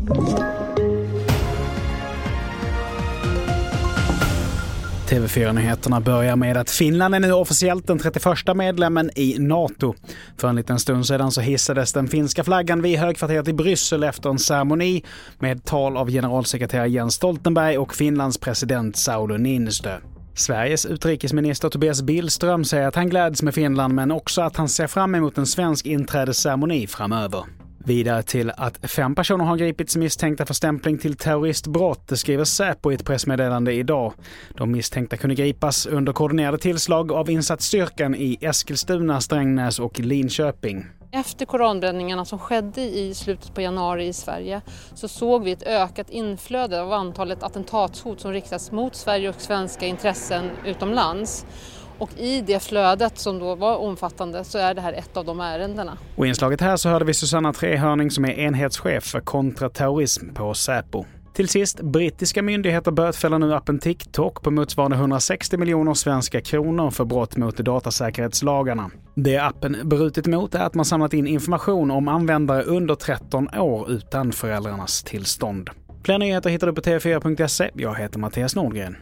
TV4-nyheterna börjar med att Finland är nu officiellt den 31:a medlemmen i NATO. För en liten stund sedan så hissades den finska flaggan vid högkvarteret i Bryssel efter en ceremoni med tal av generalsekreterare Jens Stoltenberg och Finlands president Sauli Niinistö. Sveriges utrikesminister Tobias Billström säger att han gläds med Finland men också att han ser fram emot en svensk inträdesceremoni framöver. Vidare till att 5 personer har gripits misstänkta för stämpling till terroristbrott, det skriver Säpo i ett pressmeddelande idag. De misstänkta kunde gripas under koordinerade tillslag av insatsstyrkan i Eskilstuna, Strängnäs och Linköping. Efter koranbränningarna som skedde i slutet på januari i Sverige så såg vi ett ökat inflöde av antalet attentatshot som riktas mot Sverige och svenska intressen utomlands. Och i det flödet som då var omfattande så är det här ett av de ärendena. Och i inslaget här så hörde vi Susanna Trehörning som är enhetschef för kontraterrorism på Säpo. Till sist, brittiska myndigheter bötfäller nu appen TikTok på motsvarande 160 miljoner svenska kronor för brott mot datasäkerhetslagarna. Det appen brutit mot är att man samlat in information om användare under 13 år utan föräldrarnas tillstånd. Fler nyheter hittar du på tv4.se. Jag heter Mattias Nordgren.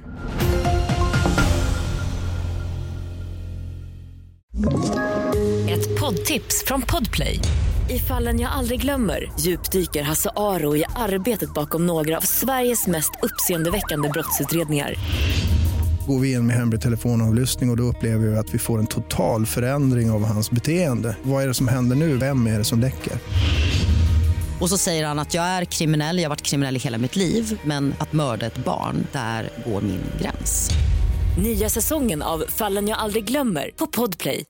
Ett poddtips från Podplay. I Fallen jag aldrig glömmer djupdyker Hasse Aro i arbetet bakom några av Sveriges mest uppseendeväckande brottsutredningar. Går vi in med hemlig telefonavlyssning och då upplever vi att vi får en total förändring av hans beteende. Vad är det som händer nu? Vem är det som läcker? Och så säger han att jag är kriminell, jag har varit kriminell i hela mitt liv. Men att mörda ett barn, där går min gräns. Nya säsongen av Fallen jag aldrig glömmer på Podplay.